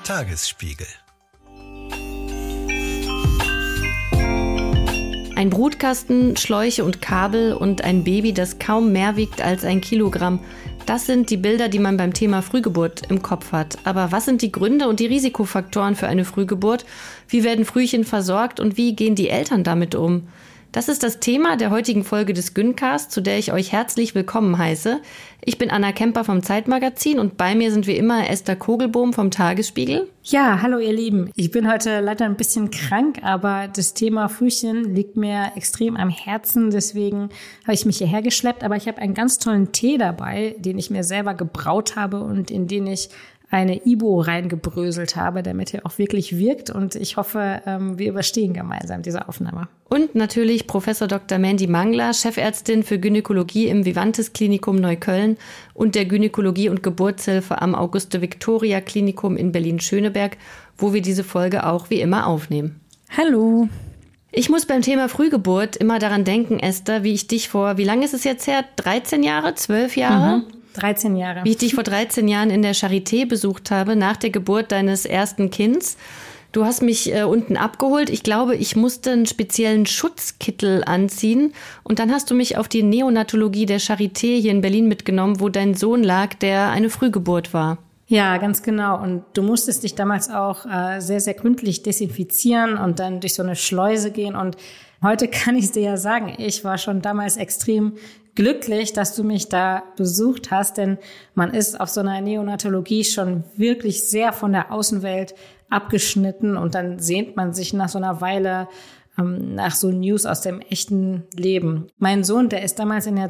Tagesspiegel. Ein Brutkasten, Schläuche und Kabel und ein Baby, das kaum mehr wiegt als 1 Kilogramm. Das sind die Bilder, die man beim Thema Frühgeburt im Kopf hat. Aber was sind die Gründe und die Risikofaktoren für eine Frühgeburt? Wie werden Frühchen versorgt und wie gehen die Eltern damit um? Das ist das Thema der heutigen Folge des Gyncast, zu der ich euch herzlich willkommen heiße. Ich bin Anna Kemper vom Zeitmagazin und bei mir sind wie immer Esther Kogelbohm vom Tagesspiegel. Ja, hallo ihr Lieben. Ich bin heute leider ein bisschen krank, aber das Thema Frühchen liegt mir extrem am Herzen. Deswegen habe ich mich hierher geschleppt. Aber ich habe einen ganz tollen Tee dabei, den ich mir selber gebraut habe und in den ich eine Ibo reingebröselt habe, damit er auch wirklich wirkt. Und ich hoffe, wir überstehen gemeinsam diese Aufnahme. Und natürlich Professor Dr. Mandy Mangler, Chefärztin für Gynäkologie im Vivantes Klinikum Neukölln und der Gynäkologie und Geburtshilfe am Auguste-Victoria-Klinikum in Berlin-Schöneberg, wo wir diese Folge auch wie immer aufnehmen. Hallo! Ich muss beim Thema Frühgeburt immer daran denken, Esther, wie lange ist es jetzt her? 13 Jahre? 12 Jahre? 13 Jahre. Wie ich dich vor 13 Jahren in der Charité besucht habe, nach der Geburt deines ersten Kinds. Du hast mich unten abgeholt. Ich glaube, ich musste einen speziellen Schutzkittel anziehen. Und dann hast du mich auf die Neonatologie der Charité hier in Berlin mitgenommen, wo dein Sohn lag, der eine Frühgeburt war. Ja, ganz genau. Und du musstest dich damals auch sehr, sehr gründlich desinfizieren und dann durch so eine Schleuse gehen. Und heute kann ich dir ja sagen, ich war schon damals extrem glücklich, dass du mich da besucht hast, denn man ist auf so einer Neonatologie schon wirklich sehr von der Außenwelt abgeschnitten und dann sehnt man sich nach so einer Weile nach so News aus dem echten Leben. Mein Sohn, der ist damals in der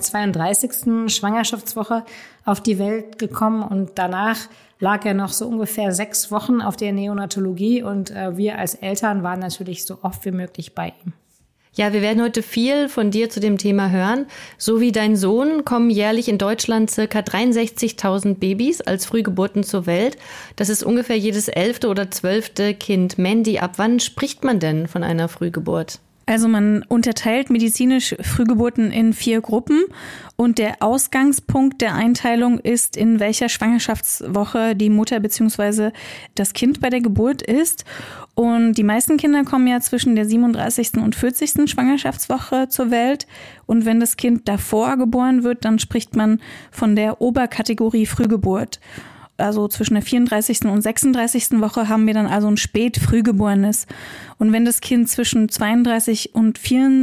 32. Schwangerschaftswoche auf die Welt gekommen und danach lag er noch so ungefähr 6 Wochen auf der Neonatologie und wir als Eltern waren natürlich so oft wie möglich bei ihm. Ja, wir werden heute viel von dir zu dem Thema hören. So wie dein Sohn kommen jährlich in Deutschland ca. 63.000 Babys als Frühgeburten zur Welt. Das ist ungefähr jedes 11. oder 12. Kind. Mandy, ab wann spricht man denn von einer Frühgeburt? Also man unterteilt medizinisch Frühgeburten in 4 Gruppen und der Ausgangspunkt der Einteilung ist, in welcher Schwangerschaftswoche die Mutter bzw. das Kind bei der Geburt ist. Und die meisten Kinder kommen ja zwischen der 37. und 40. Schwangerschaftswoche zur Welt. Und wenn das Kind davor geboren wird, dann spricht man von der Oberkategorie Frühgeburt. Also zwischen der 34. und 36. Woche haben wir dann also ein Spätfrühgeborenes. Und wenn das Kind zwischen 32 und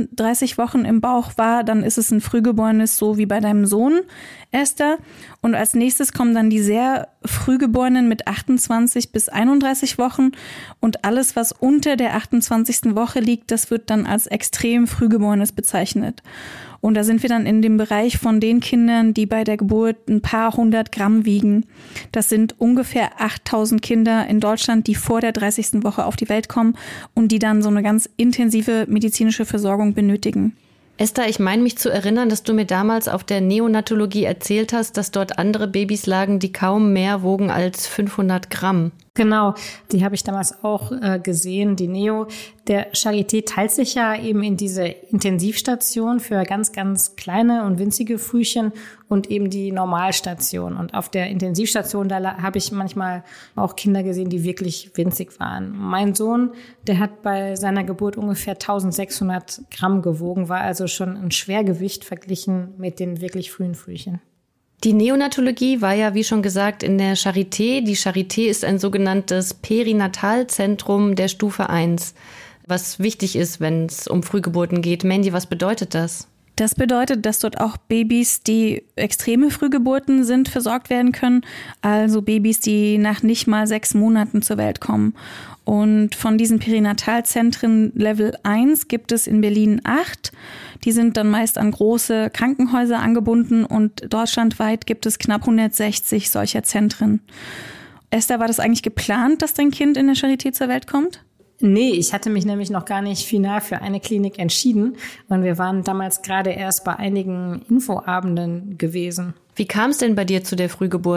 34 Wochen im Bauch war, dann ist es ein Frühgeborenes, so wie bei deinem Sohn, Esther. Und als nächstes kommen dann die sehr Frühgeborenen mit 28 bis 31 Wochen. Und alles, was unter der 28. Woche liegt, das wird dann als extrem Frühgeborenes bezeichnet. Und da sind wir dann in dem Bereich von den Kindern, die bei der Geburt ein paar 100 Gramm wiegen. Das sind ungefähr 8.000 Kinder in Deutschland, die vor der 30. Woche auf die Welt kommen und die dann so eine ganz intensive medizinische Versorgung benötigen. Esther, ich meine mich zu erinnern, dass du mir damals auf der Neonatologie erzählt hast, dass dort andere Babys lagen, die kaum mehr wogen als 500 Gramm. Genau, die habe ich damals auch gesehen, die Neo. Der Charité teilt sich ja eben in diese Intensivstation für ganz, ganz kleine und winzige Frühchen und eben die Normalstation. Und auf der Intensivstation, da habe ich manchmal auch Kinder gesehen, die wirklich winzig waren. Mein Sohn, der hat bei seiner Geburt ungefähr 1600 Gramm gewogen, war also schon ein Schwergewicht verglichen mit den wirklich frühen Frühchen. Die Neonatologie war ja, wie schon gesagt, in der Charité. Die Charité ist ein sogenanntes Perinatalzentrum der Stufe 1, was wichtig ist, wenn es um Frühgeburten geht. Mandy, was bedeutet das? Das bedeutet, dass dort auch Babys, die extreme Frühgeburten sind, versorgt werden können. Also Babys, die nach nicht mal 6 Monaten zur Welt kommen. Und von diesen Perinatalzentren Level 1 gibt es in Berlin 8. Die sind dann meist an große Krankenhäuser angebunden und deutschlandweit gibt es knapp 160 solcher Zentren. Esther, war das eigentlich geplant, dass dein Kind in der Charité zur Welt kommt? Nee, ich hatte mich nämlich noch gar nicht final für eine Klinik entschieden und wir waren damals gerade erst bei einigen Infoabenden gewesen. Wie kam es denn bei dir zu der Frühgeburt?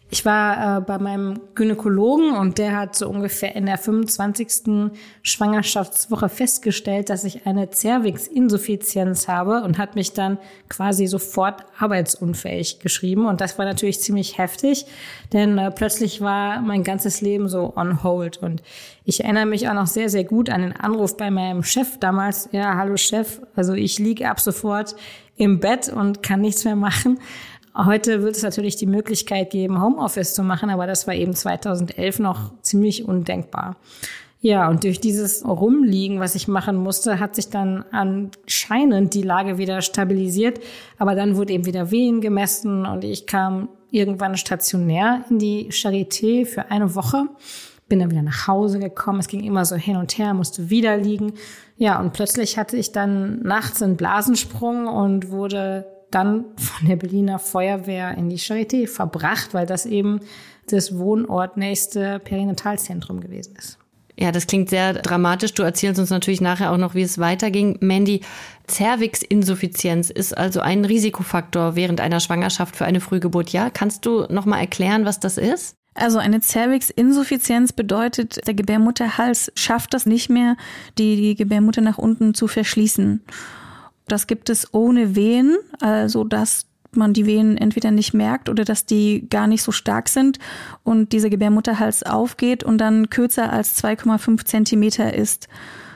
Ich war bei meinem Gynäkologen und der hat so ungefähr in der 25. Schwangerschaftswoche festgestellt, dass ich eine Zervixinsuffizienz habe und hat mich dann quasi sofort arbeitsunfähig geschrieben. Und das war natürlich ziemlich heftig, denn plötzlich war mein ganzes Leben so on hold. Und ich erinnere mich auch noch sehr, sehr gut an den Anruf bei meinem Chef damals. Ja, hallo Chef, also ich liege ab sofort im Bett und kann nichts mehr machen. Heute wird es natürlich die Möglichkeit geben, Homeoffice zu machen, aber das war eben 2011 noch ziemlich undenkbar. Ja, und durch dieses Rumliegen, was ich machen musste, hat sich dann anscheinend die Lage wieder stabilisiert. Aber dann wurde eben wieder Wehen gemessen und ich kam irgendwann stationär in die Charité für eine Woche. Bin dann wieder nach Hause gekommen. Es ging immer so hin und her, musste wieder liegen. Ja, und plötzlich hatte ich dann nachts einen Blasensprung und wurde dann von der Berliner Feuerwehr in die Charité verbracht, weil das eben das wohnortnächste Perinatalzentrum gewesen ist. Ja, das klingt sehr dramatisch. Du erzählst uns natürlich nachher auch noch, wie es weiterging. Mandy, Zervixinsuffizienz ist also ein Risikofaktor während einer Schwangerschaft für eine Frühgeburt. Ja, kannst du noch mal erklären, was das ist? Also eine Zervixinsuffizienz bedeutet, der Gebärmutterhals schafft das nicht mehr, die Gebärmutter nach unten zu verschließen. Das gibt es ohne Wehen, also dass man die Wehen entweder nicht merkt oder dass die gar nicht so stark sind und dieser Gebärmutterhals aufgeht und dann kürzer als 2,5 Zentimeter ist.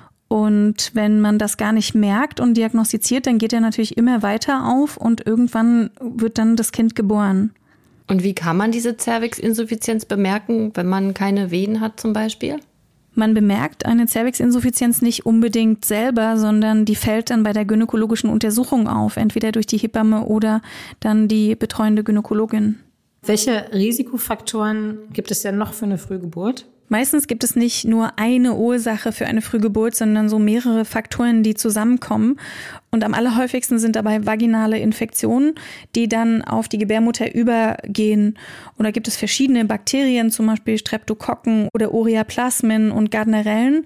Und wenn man das gar nicht merkt und diagnostiziert, dann geht er natürlich immer weiter auf und irgendwann wird dann das Kind geboren. Und wie kann man diese Zervixinsuffizienz bemerken, wenn man keine Wehen hat zum Beispiel? Man bemerkt eine Zervixinsuffizienz nicht unbedingt selber, sondern die fällt dann bei der gynäkologischen Untersuchung auf, entweder durch die Hebamme oder dann die betreuende Gynäkologin. Welche Risikofaktoren gibt es denn noch für eine Frühgeburt? Meistens gibt es nicht nur eine Ursache für eine Frühgeburt, sondern so mehrere Faktoren, die zusammenkommen. Und am allerhäufigsten sind dabei vaginale Infektionen, die dann auf die Gebärmutter übergehen. Und da gibt es verschiedene Bakterien, zum Beispiel Streptokokken oder Ureaplasmen und Gardnerellen.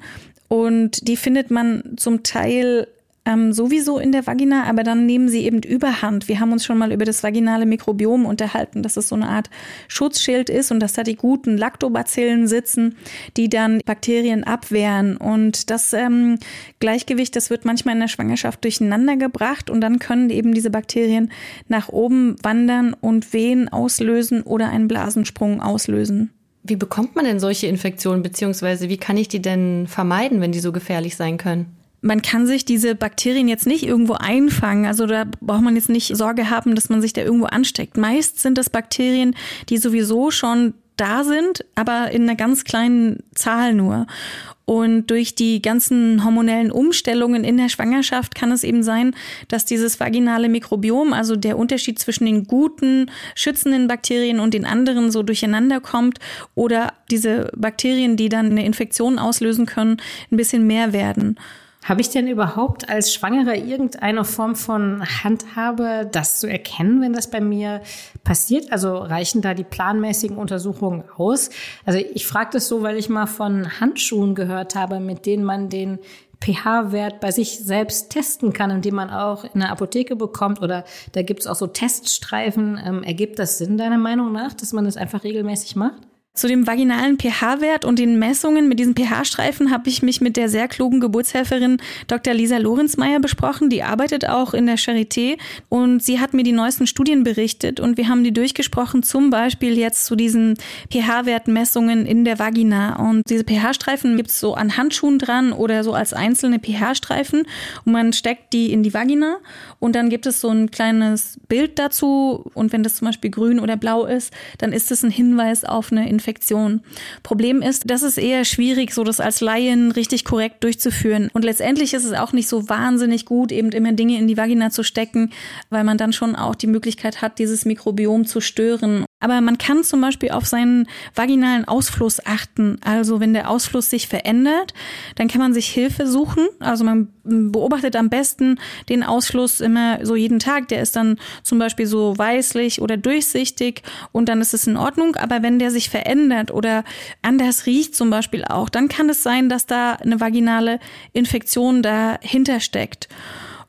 Und die findet man zum Teil sowieso in der Vagina, aber dann nehmen sie eben Überhand. Wir haben uns schon mal über das vaginale Mikrobiom unterhalten, dass es so eine Art Schutzschild ist und dass da die guten Lactobacillen sitzen, die dann Bakterien abwehren. Und das Gleichgewicht, das wird manchmal in der Schwangerschaft durcheinander gebracht und dann können eben diese Bakterien nach oben wandern und Wehen auslösen oder einen Blasensprung auslösen. Wie bekommt man denn solche Infektionen, beziehungsweise wie kann ich die denn vermeiden, wenn die so gefährlich sein können? Man kann sich diese Bakterien jetzt nicht irgendwo einfangen. Also da braucht man jetzt nicht Sorge haben, dass man sich da irgendwo ansteckt. Meist sind das Bakterien, die sowieso schon da sind, aber in einer ganz kleinen Zahl nur. Und durch die ganzen hormonellen Umstellungen in der Schwangerschaft kann es eben sein, dass dieses vaginale Mikrobiom, also der Unterschied zwischen den guten, schützenden Bakterien und den anderen so durcheinander kommt oder diese Bakterien, die dann eine Infektion auslösen können, ein bisschen mehr werden. Habe ich denn überhaupt als Schwangere irgendeine Form von Handhabe, das zu erkennen, wenn das bei mir passiert? Also reichen da die planmäßigen Untersuchungen aus? Also ich frage das so, weil ich mal von Handschuhen gehört habe, mit denen man den pH-Wert bei sich selbst testen kann, indem man auch in der Apotheke bekommt oder da gibt es auch so Teststreifen. Ergibt das Sinn deiner Meinung nach, dass man das einfach regelmäßig macht? Zu dem vaginalen pH-Wert und den Messungen mit diesen pH-Streifen habe ich mich mit der sehr klugen Geburtshelferin Dr. Lisa Lorenzmeier besprochen. Die arbeitet auch in der Charité und sie hat mir die neuesten Studien berichtet und wir haben die durchgesprochen, zum Beispiel jetzt zu diesen pH-Wertmessungen in der Vagina. Und diese pH-Streifen gibt es so an Handschuhen dran oder so als einzelne pH-Streifen und man steckt die in die Vagina und dann gibt es so ein kleines Bild dazu und wenn das zum Beispiel grün oder blau ist, dann ist es ein Hinweis auf eine Infektion. Problem ist, das ist eher schwierig, so das als Laien richtig korrekt durchzuführen. Und letztendlich ist es auch nicht so wahnsinnig gut, eben immer Dinge in die Vagina zu stecken, weil man dann schon auch die Möglichkeit hat, dieses Mikrobiom zu stören. Aber man kann zum Beispiel auf seinen vaginalen Ausfluss achten. Also wenn der Ausfluss sich verändert, dann kann man sich Hilfe suchen. Also man beobachtet am besten den Ausfluss immer so jeden Tag. Der ist dann zum Beispiel so weißlich oder durchsichtig und dann ist es in Ordnung. Aber wenn der sich verändert oder anders riecht zum Beispiel auch, dann kann es sein, dass da eine vaginale Infektion dahinter steckt.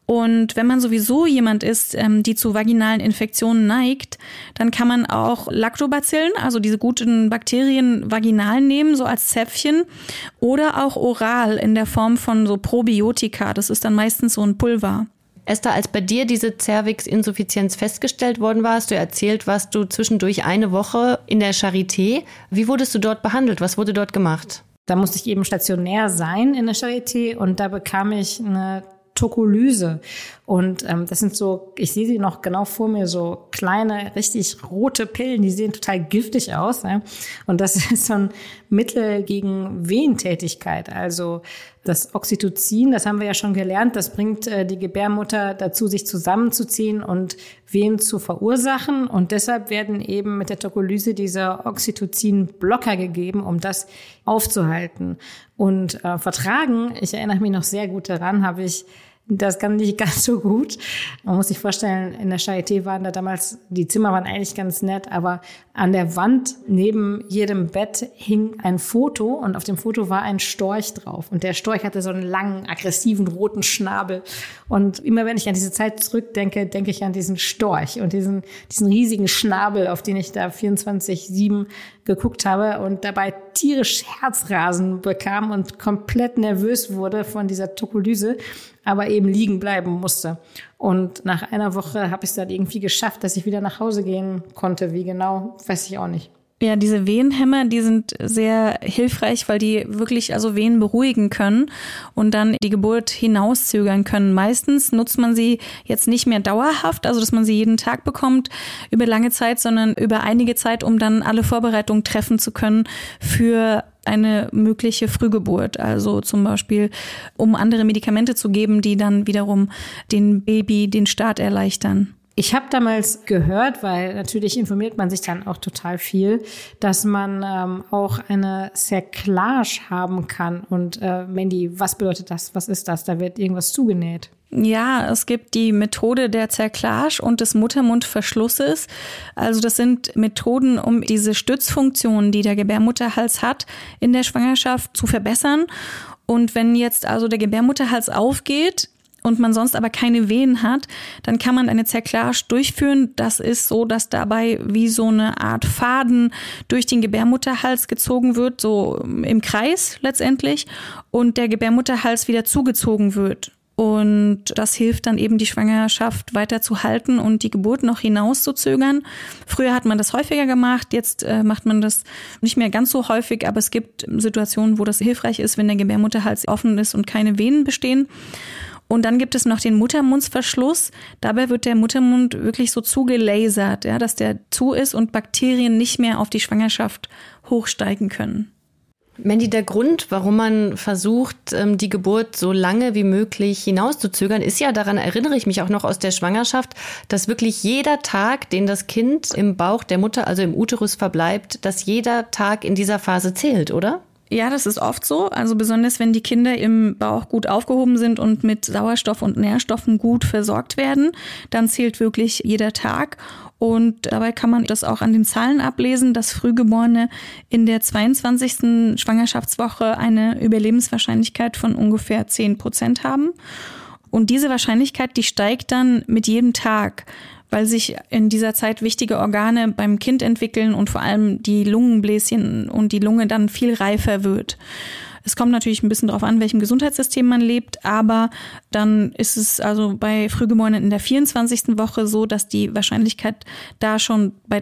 Und wenn man sowieso jemand ist, die zu vaginalen Infektionen neigt, dann kann man auch Lactobacillen, also diese guten Bakterien, vaginal nehmen, so als Zäpfchen, oder auch oral in der Form von so Probiotika. Das ist dann meistens so ein Pulver. Esther, als bei dir diese Zervix-Insuffizienz festgestellt worden war, hast du erzählt, warst du zwischendurch eine Woche in der Charité. Wie wurdest du dort behandelt? Was wurde dort gemacht? Da musste ich eben stationär sein in der Charité und da bekam ich eine Tokolyse. Und das sind so, ich sehe sie noch genau vor mir, so kleine, richtig rote Pillen, die sehen total giftig aus. Ja? Und das ist so ein Mittel gegen Wehentätigkeit. Also das Oxytocin, das haben wir ja schon gelernt, das bringt die Gebärmutter dazu, sich zusammenzuziehen und Wehen zu verursachen. Und deshalb werden eben mit der Tokolyse diese Oxytocin-Blocker gegeben, um das aufzuhalten. Und vertragen, ich erinnere mich noch sehr gut daran, habe ich das kann nicht ganz so gut. Man muss sich vorstellen, in der Charité waren da damals, die Zimmer waren eigentlich ganz nett, aber an der Wand neben jedem Bett hing ein Foto und auf dem Foto war ein Storch drauf. Und der Storch hatte so einen langen, aggressiven, roten Schnabel. Und immer wenn ich an diese Zeit zurückdenke, denke ich an diesen Storch und diesen riesigen Schnabel, auf den ich da 24/7 geguckt habe und dabei tierisch Herzrasen bekam und komplett nervös wurde von dieser Tokolyse, aber eben liegen bleiben musste. Und nach einer Woche habe ich es dann irgendwie geschafft, dass ich wieder nach Hause gehen konnte. Wie genau, weiß ich auch nicht. Ja, diese Wehenhämmer, die sind sehr hilfreich, weil die wirklich also Wehen beruhigen können und dann die Geburt hinauszögern können. Meistens nutzt man sie jetzt nicht mehr dauerhaft, also dass man sie jeden Tag bekommt über lange Zeit, sondern über einige Zeit, um dann alle Vorbereitungen treffen zu können für eine mögliche Frühgeburt, also zum Beispiel, um andere Medikamente zu geben, die dann wiederum den Baby den Start erleichtern. Ich habe damals gehört, weil natürlich informiert man sich dann auch total viel, dass man auch eine Cerclage haben kann. Und Mandy, was bedeutet das? Was ist das? Da wird irgendwas zugenäht. Ja, es gibt die Methode der Cerclage und des Muttermundverschlusses. Also das sind Methoden, um diese Stützfunktion, die der Gebärmutterhals hat, in der Schwangerschaft zu verbessern. Und wenn jetzt also der Gebärmutterhals aufgeht und man sonst aber keine Wehen hat, dann kann man eine Cerclage durchführen. Das ist so, dass dabei wie so eine Art Faden durch den Gebärmutterhals gezogen wird, so im Kreis letztendlich, und der Gebärmutterhals wieder zugezogen wird. Und das hilft dann eben, die Schwangerschaft weiter zu halten und die Geburt noch hinauszuzögern. Früher hat man das häufiger gemacht, jetzt macht man das nicht mehr ganz so häufig, aber es gibt Situationen, wo das hilfreich ist, wenn der Gebärmutterhals offen ist und keine Venen bestehen. Und dann gibt es noch den Muttermundsverschluss. Dabei wird der Muttermund wirklich so zugelasert, ja, dass der zu ist und Bakterien nicht mehr auf die Schwangerschaft hochsteigen können. Mandy, der Grund, warum man versucht, die Geburt so lange wie möglich hinauszuzögern, ist ja, daran erinnere ich mich auch noch aus der Schwangerschaft, dass wirklich jeder Tag, den das Kind im Bauch der Mutter, also im Uterus verbleibt, dass jeder Tag in dieser Phase zählt, oder? Ja, das ist oft so. Also besonders, wenn die Kinder im Bauch gut aufgehoben sind und mit Sauerstoff und Nährstoffen gut versorgt werden, dann zählt wirklich jeder Tag. Und dabei kann man das auch an den Zahlen ablesen, dass Frühgeborene in der 22. Schwangerschaftswoche eine Überlebenswahrscheinlichkeit von ungefähr 10% haben. Und diese Wahrscheinlichkeit, die steigt dann mit jedem Tag, weil sich in dieser Zeit wichtige Organe beim Kind entwickeln und vor allem die Lungenbläschen und die Lunge dann viel reifer wird. Es kommt natürlich ein bisschen darauf an, welchem Gesundheitssystem man lebt, aber dann ist es also bei Frühgeborenen in der 24. Woche so, dass die Wahrscheinlichkeit da schon bei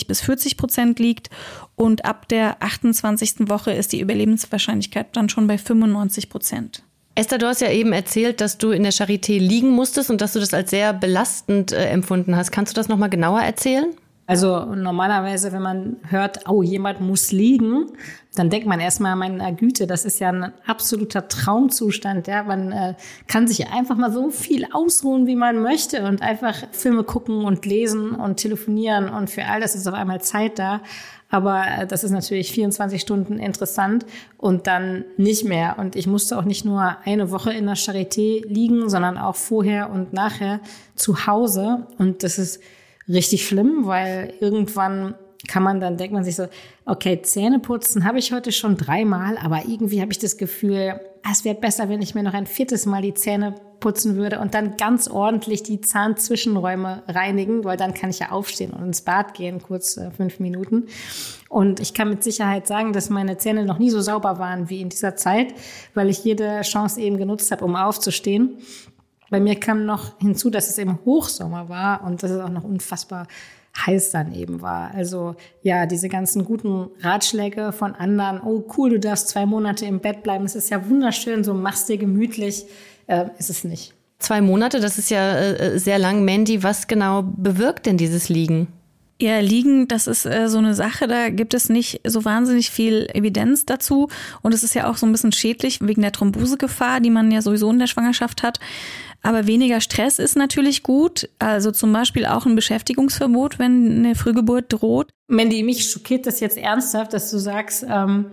30-40% liegt und ab der 28. Woche ist die Überlebenswahrscheinlichkeit dann schon bei 95%. Esther, du hast ja eben erzählt, dass du in der Charité liegen musstest und dass du das als sehr belastend empfunden hast. Kannst du das nochmal genauer erzählen? Also normalerweise, wenn man hört, oh, jemand muss liegen, dann denkt man erstmal, meine Güte, das ist ja ein absoluter Traumzustand. Ja, man kann sich einfach mal so viel ausruhen, wie man möchte und einfach Filme gucken und lesen und telefonieren und für all das ist auf einmal Zeit da. Aber das ist natürlich 24 Stunden interessant und dann nicht mehr. Und ich musste auch nicht nur eine Woche in der Charité liegen, sondern auch vorher und nachher zu Hause. Und das ist richtig schlimm, weil irgendwann denkt man sich so, okay, Zähne putzen habe ich heute schon 3-mal, aber irgendwie habe ich das Gefühl, es wäre besser, wenn ich mir noch ein 4. Mal die Zähne putzen würde und dann ganz ordentlich die Zahnzwischenräume reinigen, weil dann kann ich ja aufstehen und ins Bad gehen, kurz 5 Minuten. Und ich kann mit Sicherheit sagen, dass meine Zähne noch nie so sauber waren wie in dieser Zeit, weil ich jede Chance eben genutzt habe, um aufzustehen. Bei mir kam noch hinzu, dass es eben Hochsommer war und dass es auch noch unfassbar heiß dann eben war. Also ja, diese ganzen guten Ratschläge von anderen, oh cool, du darfst 2 Monate im Bett bleiben, es ist ja wunderschön, so mach's dir gemütlich, ist es nicht. 2 Monate, das ist ja sehr lang. Mandy, was genau bewirkt denn dieses Liegen? Ja, Liegen, das ist so eine Sache, da gibt es nicht so wahnsinnig viel Evidenz dazu und es ist ja auch so ein bisschen schädlich wegen der Thrombosegefahr, die man ja sowieso in der Schwangerschaft hat. Aber weniger Stress ist natürlich gut, also zum Beispiel auch ein Beschäftigungsverbot, wenn eine Frühgeburt droht. Mandy, mich schockiert das jetzt ernsthaft, dass du sagst,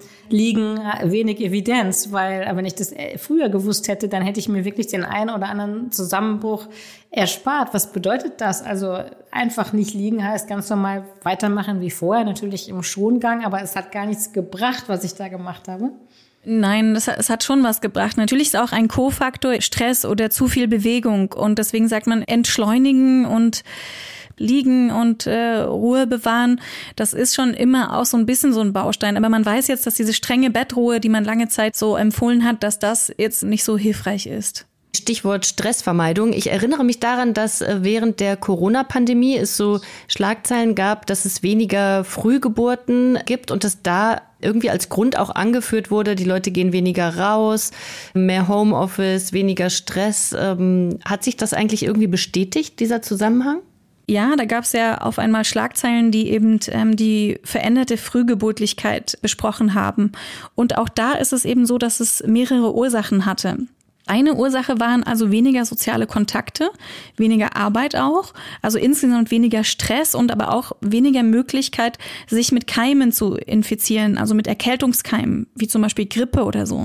liegen wenig Evidenz, weil wenn ich das früher gewusst hätte, dann hätte ich mir wirklich den einen oder anderen Zusammenbruch erspart. Was bedeutet das? Also einfach nicht liegen heißt ganz normal weitermachen wie vorher, natürlich im Schongang, aber es hat gar nichts gebracht, was ich da gemacht habe. Nein, es hat schon was gebracht. Natürlich ist auch ein Kofaktor Stress oder zu viel Bewegung und deswegen sagt man entschleunigen und liegen und Ruhe bewahren. Das ist schon immer auch so ein bisschen so ein Baustein. Aber man weiß jetzt, dass diese strenge Bettruhe, die man lange Zeit so empfohlen hat, dass das jetzt nicht so hilfreich ist. Stichwort Stressvermeidung. Ich erinnere mich daran, dass während der Corona-Pandemie es so Schlagzeilen gab, dass es weniger Frühgeburten gibt und dass da irgendwie als Grund auch angeführt wurde, die Leute gehen weniger raus, mehr Homeoffice, weniger Stress. Hat sich das eigentlich irgendwie bestätigt, dieser Zusammenhang? Ja, da gab es ja auf einmal Schlagzeilen, die eben die veränderte Frühgeburtlichkeit besprochen haben. Und auch da ist es eben so, dass es mehrere Ursachen hatte. Eine Ursache waren also weniger soziale Kontakte, weniger Arbeit auch, also insgesamt weniger Stress und aber auch weniger Möglichkeit, sich mit Keimen zu infizieren, also mit Erkältungskeimen, wie zum Beispiel Grippe oder so.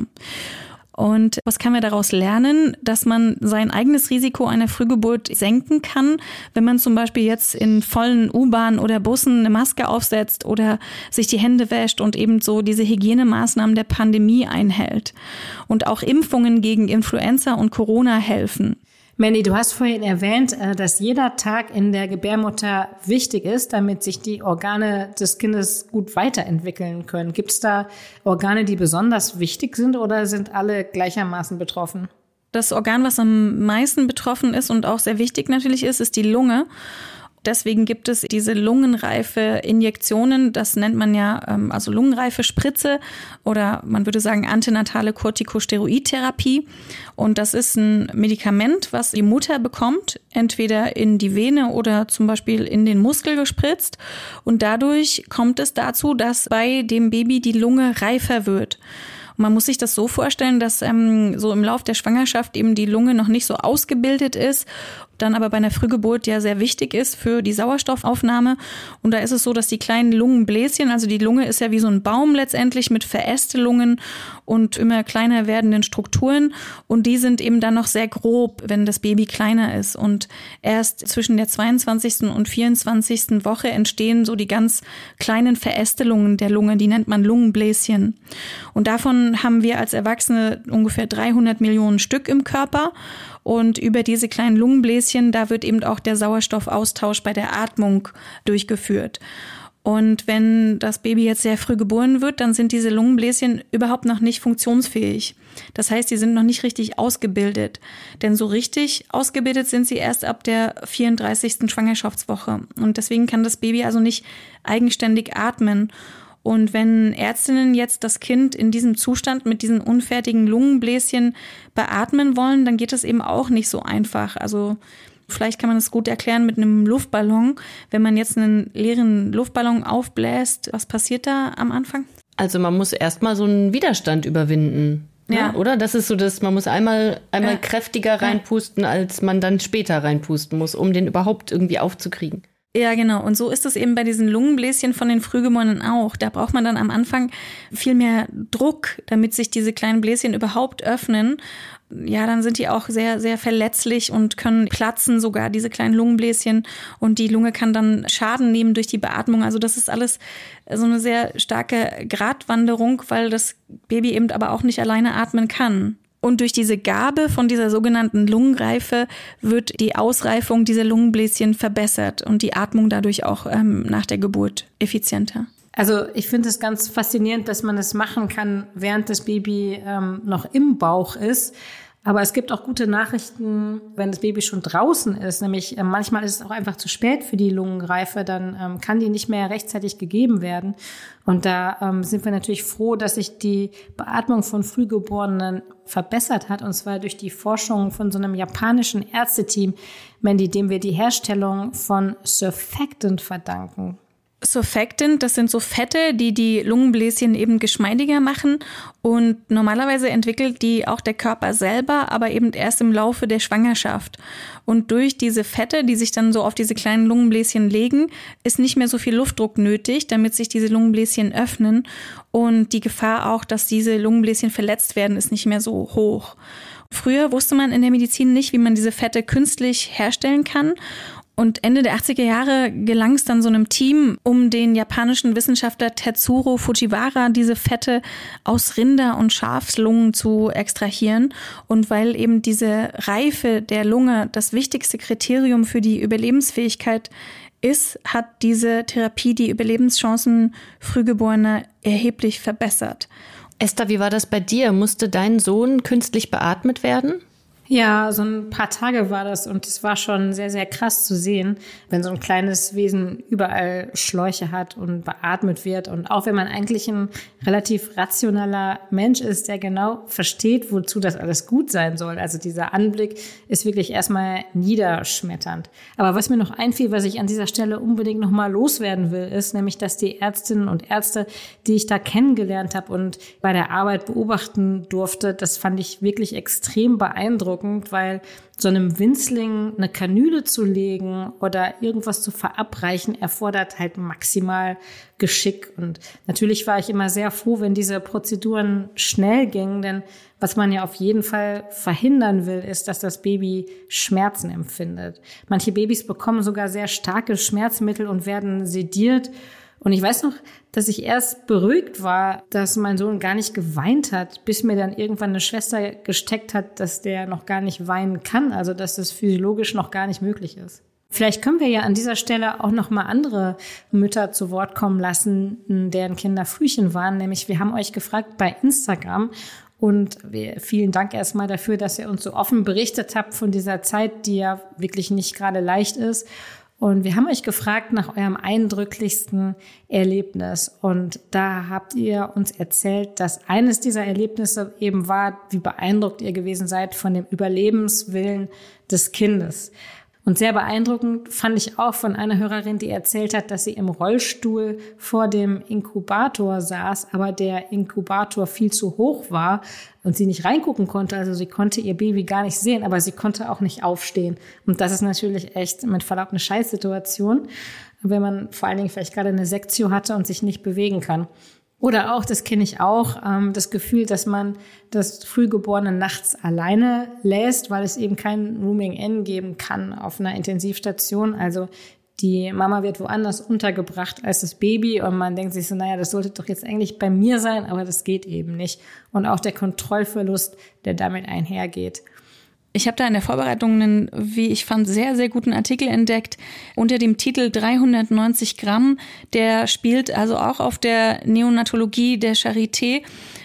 Und was können wir daraus lernen? Dass man sein eigenes Risiko einer Frühgeburt senken kann, wenn man zum Beispiel jetzt in vollen U-Bahnen oder Bussen eine Maske aufsetzt oder sich die Hände wäscht und eben so diese Hygienemaßnahmen der Pandemie einhält. Und auch Impfungen gegen Influenza und Corona helfen. Mandy, du hast vorhin erwähnt, dass jeder Tag in der Gebärmutter wichtig ist, damit sich die Organe des Kindes gut weiterentwickeln können. Gibt es da Organe, die besonders wichtig sind oder sind alle gleichermaßen betroffen? Das Organ, was am meisten betroffen ist und auch sehr wichtig natürlich ist die Lunge. Deswegen gibt es diese lungenreife Injektionen, das nennt man ja also lungenreife Spritze oder man würde sagen antinatale Corticosteroidtherapie. Und das ist ein Medikament, was die Mutter bekommt, entweder in die Vene oder zum Beispiel in den Muskel gespritzt. Und dadurch kommt es dazu, dass bei dem Baby die Lunge reifer wird. Und man muss sich das so vorstellen, dass so im Lauf der Schwangerschaft eben die Lunge noch nicht so ausgebildet ist, dann aber bei einer Frühgeburt ja sehr wichtig ist für die Sauerstoffaufnahme. Und da ist es so, dass die kleinen Lungenbläschen, also die Lunge ist ja wie so ein Baum letztendlich mit Verästelungen und immer kleiner werdenden Strukturen. Und die sind eben dann noch sehr grob, wenn das Baby kleiner ist. Und erst zwischen der 22. und 24. Woche entstehen so die ganz kleinen Verästelungen der Lunge, die nennt man Lungenbläschen. Und davon haben wir als Erwachsene ungefähr 300 Millionen Stück im Körper. Und über diese kleinen Lungenbläschen, da wird eben auch der Sauerstoffaustausch bei der Atmung durchgeführt. Und wenn das Baby jetzt sehr früh geboren wird, dann sind diese Lungenbläschen überhaupt noch nicht funktionsfähig. Das heißt, die sind noch nicht richtig ausgebildet. Denn so richtig ausgebildet sind sie erst ab der 34. Schwangerschaftswoche. Und deswegen kann das Baby also nicht eigenständig atmen. Und wenn Ärztinnen jetzt das Kind in diesem Zustand mit diesen unfertigen Lungenbläschen beatmen wollen, dann geht das eben auch nicht so einfach. Also vielleicht kann man das gut erklären mit einem Luftballon. Wenn man jetzt einen leeren Luftballon aufbläst, was passiert da am Anfang? Also man muss erstmal so einen Widerstand überwinden. Ja. Oder? Das ist so, dass man muss einmal kräftiger reinpusten, als man dann später reinpusten muss, um den überhaupt irgendwie aufzukriegen. Ja, genau. Und so ist es eben bei diesen Lungenbläschen von den Frühgeborenen auch. Da braucht man dann am Anfang viel mehr Druck, damit sich diese kleinen Bläschen überhaupt öffnen. Ja, dann sind die auch sehr, sehr verletzlich und können platzen, sogar diese kleinen Lungenbläschen. Und die Lunge kann dann Schaden nehmen durch die Beatmung. Also das ist alles so eine sehr starke Gratwanderung, weil das Baby eben aber auch nicht alleine atmen kann. Und durch diese Gabe von dieser sogenannten Lungenreife wird die Ausreifung dieser Lungenbläschen verbessert und die Atmung dadurch auch nach der Geburt effizienter. Also ich finde es ganz faszinierend, dass man das machen kann, während das Baby noch im Bauch ist. Aber es gibt auch gute Nachrichten, wenn das Baby schon draußen ist. Nämlich manchmal ist es auch einfach zu spät für die Lungenreife. Dann kann die nicht mehr rechtzeitig gegeben werden. Und da sind wir natürlich froh, dass sich die Beatmung von Frühgeborenen verbessert hat. Und zwar durch die Forschung von so einem japanischen Ärzteteam, Mandy, dem wir die Herstellung von Surfactant verdanken. Surfactant, das sind so Fette, die Lungenbläschen eben geschmeidiger machen, und normalerweise entwickelt die auch der Körper selber, aber eben erst im Laufe der Schwangerschaft. Und durch diese Fette, die sich dann so auf diese kleinen Lungenbläschen legen, ist nicht mehr so viel Luftdruck nötig, damit sich diese Lungenbläschen öffnen, und die Gefahr auch, dass diese Lungenbläschen verletzt werden, ist nicht mehr so hoch. Früher wusste man in der Medizin nicht, wie man diese Fette künstlich herstellen kann. Und Ende der 80er Jahre gelang es dann so einem Team um den japanischen Wissenschaftler Tetsuro Fujiwara, diese Fette aus Rinder- und Schafslungen zu extrahieren. Und weil eben diese Reife der Lunge das wichtigste Kriterium für die Überlebensfähigkeit ist, hat diese Therapie die Überlebenschancen Frühgeborener erheblich verbessert. Esther, wie war das bei dir? Musste dein Sohn künstlich beatmet werden? Ja, so ein paar Tage war das, und es war schon sehr, sehr krass zu sehen, wenn so ein kleines Wesen überall Schläuche hat und beatmet wird. Und auch wenn man eigentlich ein relativ rationaler Mensch ist, der genau versteht, wozu das alles gut sein soll. Also dieser Anblick ist wirklich erstmal niederschmetternd. Aber was mir noch einfiel, was ich an dieser Stelle unbedingt nochmal loswerden will, ist nämlich, dass die Ärztinnen und Ärzte, die ich da kennengelernt habe und bei der Arbeit beobachten durfte, das fand ich wirklich extrem beeindruckend, weil so einem Winzling eine Kanüle zu legen oder irgendwas zu verabreichen, erfordert halt maximal Geschick. Und natürlich war ich immer sehr froh, wenn diese Prozeduren schnell gingen, denn was man ja auf jeden Fall verhindern will, ist, dass das Baby Schmerzen empfindet. Manche Babys bekommen sogar sehr starke Schmerzmittel und werden sediert. Und ich weiß noch, dass ich erst beruhigt war, dass mein Sohn gar nicht geweint hat, bis mir dann irgendwann eine Schwester gesteckt hat, dass der noch gar nicht weinen kann, also dass das physiologisch noch gar nicht möglich ist. Vielleicht können wir ja an dieser Stelle auch noch mal andere Mütter zu Wort kommen lassen, deren Kinder Frühchen waren. Nämlich, wir haben euch gefragt bei Instagram, und vielen Dank erstmal dafür, dass ihr uns so offen berichtet habt von dieser Zeit, die ja wirklich nicht gerade leicht ist. Und wir haben euch gefragt nach eurem eindrücklichsten Erlebnis. Und da habt ihr uns erzählt, dass eines dieser Erlebnisse eben war, wie beeindruckt ihr gewesen seid von dem Überlebenswillen des Kindes. Und sehr beeindruckend fand ich auch von einer Hörerin, die erzählt hat, dass sie im Rollstuhl vor dem Inkubator saß, aber der Inkubator viel zu hoch war und sie nicht reingucken konnte. Also sie konnte ihr Baby gar nicht sehen, aber sie konnte auch nicht aufstehen. Und das ist natürlich echt mit Verlaub eine Scheißsituation, wenn man vor allen Dingen vielleicht gerade eine Sektio hatte und sich nicht bewegen kann. Oder auch, das kenne ich auch, das Gefühl, dass man das Frühgeborene nachts alleine lässt, weil es eben kein Rooming-In geben kann auf einer Intensivstation. Also die Mama wird woanders untergebracht als das Baby und man denkt sich so, naja, das sollte doch jetzt eigentlich bei mir sein, aber das geht eben nicht. Und auch der Kontrollverlust, der damit einhergeht. Ich habe da in der Vorbereitung einen, wie ich fand, sehr, sehr guten Artikel entdeckt unter dem Titel 390 Gramm. Der spielt also auch auf der Neonatologie der Charité.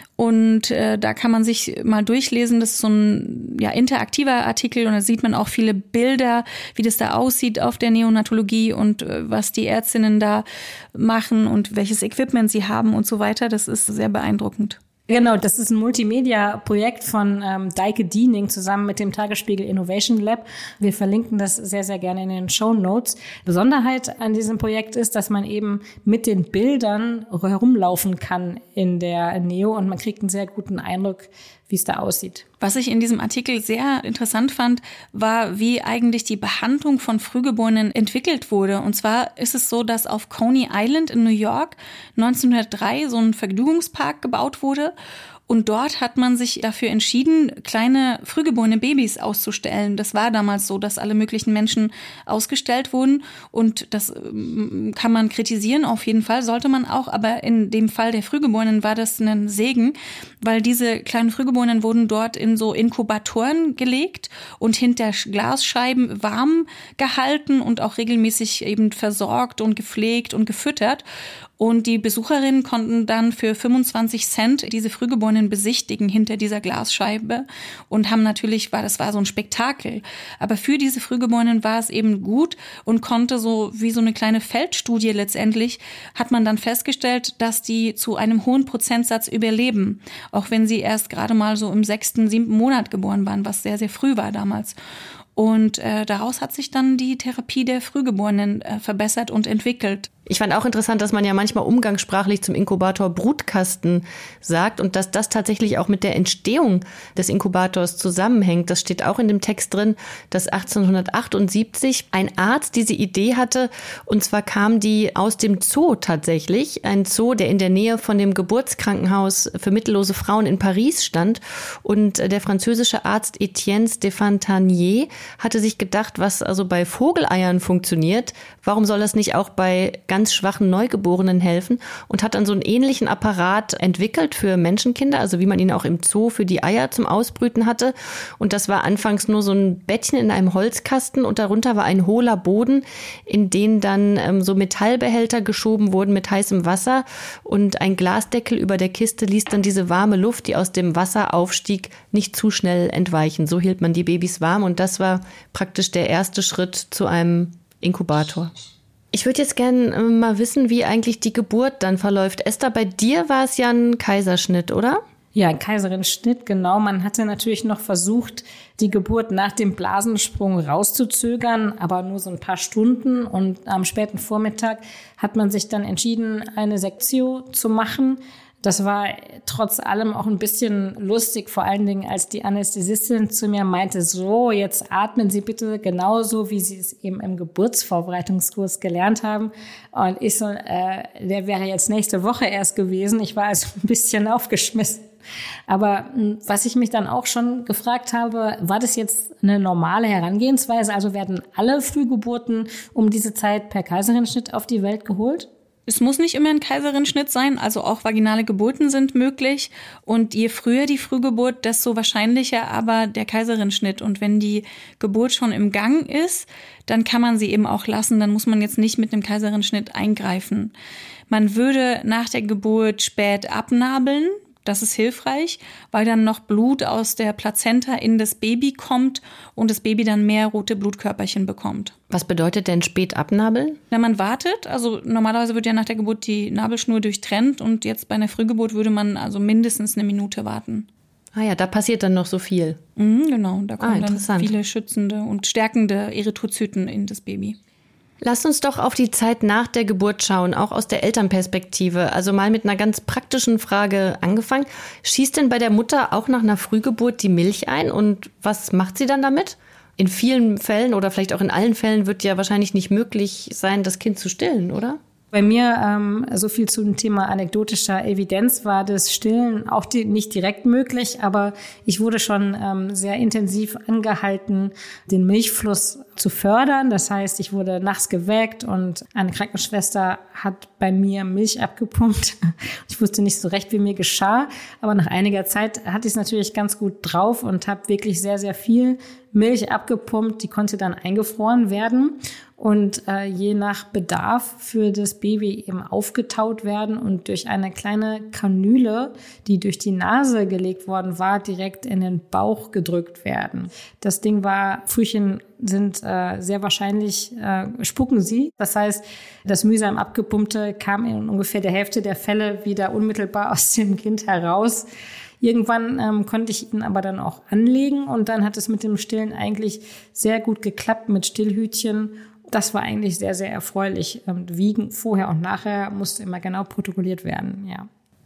Und da kann man sich mal durchlesen. Das ist so ein interaktiver Artikel und da sieht man auch viele Bilder, wie das da aussieht auf der Neonatologie und was die Ärztinnen da machen und welches Equipment sie haben und so weiter. Das ist sehr beeindruckend. Genau, das ist ein Multimedia-Projekt von Deike Diening zusammen mit dem Tagesspiegel Innovation Lab. Wir verlinken das sehr, sehr gerne in den Shownotes. Besonderheit an diesem Projekt ist, dass man eben mit den Bildern herumlaufen kann in der Neo und man kriegt einen sehr guten Eindruck, wie es da aussieht. Was ich in diesem Artikel sehr interessant fand, war, wie eigentlich die Behandlung von Frühgeborenen entwickelt wurde. Und zwar ist es so, dass auf Coney Island in New York 1903 so ein Vergnügungspark gebaut wurde. Und dort hat man sich dafür entschieden, kleine frühgeborene Babys auszustellen. Das war damals so, dass alle möglichen Menschen ausgestellt wurden. Und das kann man kritisieren, auf jeden Fall, sollte man auch. Aber in dem Fall der Frühgeborenen war das ein Segen, weil diese kleinen Frühgeborenen wurden dort in so Inkubatoren gelegt und hinter Glasscheiben warm gehalten und auch regelmäßig eben versorgt und gepflegt und gefüttert. Und die Besucherinnen konnten dann für 25 Cent diese Frühgeborenen besichtigen hinter dieser Glasscheibe und haben natürlich, das war so ein Spektakel. Aber für diese Frühgeborenen war es eben gut und konnte so wie so eine kleine Feldstudie letztendlich, hat man dann festgestellt, dass die zu einem hohen Prozentsatz überleben. Auch wenn sie erst gerade mal so im 6., 7. Monat geboren waren, was sehr, sehr früh war damals. Und daraus hat sich dann die Therapie der Frühgeborenen verbessert und entwickelt. Ich fand auch interessant, dass man ja manchmal umgangssprachlich zum Inkubator Brutkasten sagt und dass das tatsächlich auch mit der Entstehung des Inkubators zusammenhängt. Das steht auch in dem Text drin, dass 1878 ein Arzt diese Idee hatte, und zwar kam die aus dem Zoo tatsächlich. Ein Zoo, der in der Nähe von dem Geburtskrankenhaus für mittellose Frauen in Paris stand. Und der französische Arzt Etienne Stéphane Tarnier hatte sich gedacht, was also bei Vogeleiern funktioniert, warum soll das nicht auch bei ganz schwachen Neugeborenen helfen, und hat dann so einen ähnlichen Apparat entwickelt für Menschenkinder, also wie man ihn auch im Zoo für die Eier zum Ausbrüten hatte. Und das war anfangs nur so ein Bettchen in einem Holzkasten und darunter war ein hohler Boden, in den dann so Metallbehälter geschoben wurden mit heißem Wasser, und ein Glasdeckel über der Kiste ließ dann diese warme Luft, die aus dem Wasser aufstieg, nicht zu schnell entweichen. So hielt man die Babys warm, und das war praktisch der erste Schritt zu einem Inkubator. Ich würde jetzt gerne mal wissen, wie eigentlich die Geburt dann verläuft. Esther, bei dir war es ja ein Kaiserschnitt, oder? Ja, ein Kaiserschnitt, genau. Man hatte natürlich noch versucht, die Geburt nach dem Blasensprung rauszuzögern, aber nur so ein paar Stunden. Und am späten Vormittag hat man sich dann entschieden, eine Sektio zu machen. Das war trotz allem auch ein bisschen lustig, vor allen Dingen, als die Anästhesistin zu mir meinte, so, jetzt atmen Sie bitte genauso, wie Sie es eben im Geburtsvorbereitungskurs gelernt haben. Und ich so, der wäre jetzt nächste Woche erst gewesen. Ich war also ein bisschen aufgeschmissen. Aber was ich mich dann auch schon gefragt habe, war das jetzt eine normale Herangehensweise? Also werden alle Frühgeburten um diese Zeit per Kaiserschnitt auf die Welt geholt? Es muss nicht immer ein Kaiserschnitt sein, also auch vaginale Geburten sind möglich. Und je früher die Frühgeburt, desto wahrscheinlicher aber der Kaiserschnitt. Und wenn die Geburt schon im Gang ist, dann kann man sie eben auch lassen. Dann muss man jetzt nicht mit einem Kaiserschnitt eingreifen. Man würde nach der Geburt spät abnabeln. Das ist hilfreich, weil dann noch Blut aus der Plazenta in das Baby kommt und das Baby dann mehr rote Blutkörperchen bekommt. Was bedeutet denn spät abnabeln? Na, man wartet. Also normalerweise wird ja nach der Geburt die Nabelschnur durchtrennt und jetzt bei einer Frühgeburt würde man also mindestens eine Minute warten. Ah ja, da passiert dann noch so viel. Genau, da kommen dann viele schützende und stärkende Erythrozyten in das Baby. Lasst uns doch auf die Zeit nach der Geburt schauen, auch aus der Elternperspektive. Also mal mit einer ganz praktischen Frage angefangen. Schießt denn bei der Mutter auch nach einer Frühgeburt die Milch ein? Und was macht sie dann damit? In vielen Fällen oder vielleicht auch in allen Fällen wird ja wahrscheinlich nicht möglich sein, das Kind zu stillen, oder? Bei mir, so viel zum Thema anekdotischer Evidenz, war das Stillen auch nicht direkt möglich, aber ich wurde schon sehr intensiv angehalten, den Milchfluss zu fördern. Das heißt, ich wurde nachts geweckt und eine Krankenschwester hat bei mir Milch abgepumpt. Ich wusste nicht so recht, wie mir geschah, aber nach einiger Zeit hatte ich es natürlich ganz gut drauf und habe wirklich sehr, sehr viel Milch abgepumpt. Die konnte dann eingefroren werden und je nach Bedarf für das Baby eben aufgetaut werden und durch eine kleine Kanüle, die durch die Nase gelegt worden war, direkt in den Bauch gedrückt werden. Das Ding war, Frühchen sind sehr wahrscheinlich, spucken sie. Das heißt, das mühsam abgepumpte kam in ungefähr der Hälfte der Fälle wieder unmittelbar aus dem Kind heraus. Irgendwann konnte ich ihn aber dann auch anlegen und dann hat es mit dem Stillen eigentlich sehr gut geklappt mit Stillhütchen. Das war eigentlich sehr, sehr erfreulich. Wiegen vorher und nachher musste immer genau protokolliert werden, ja.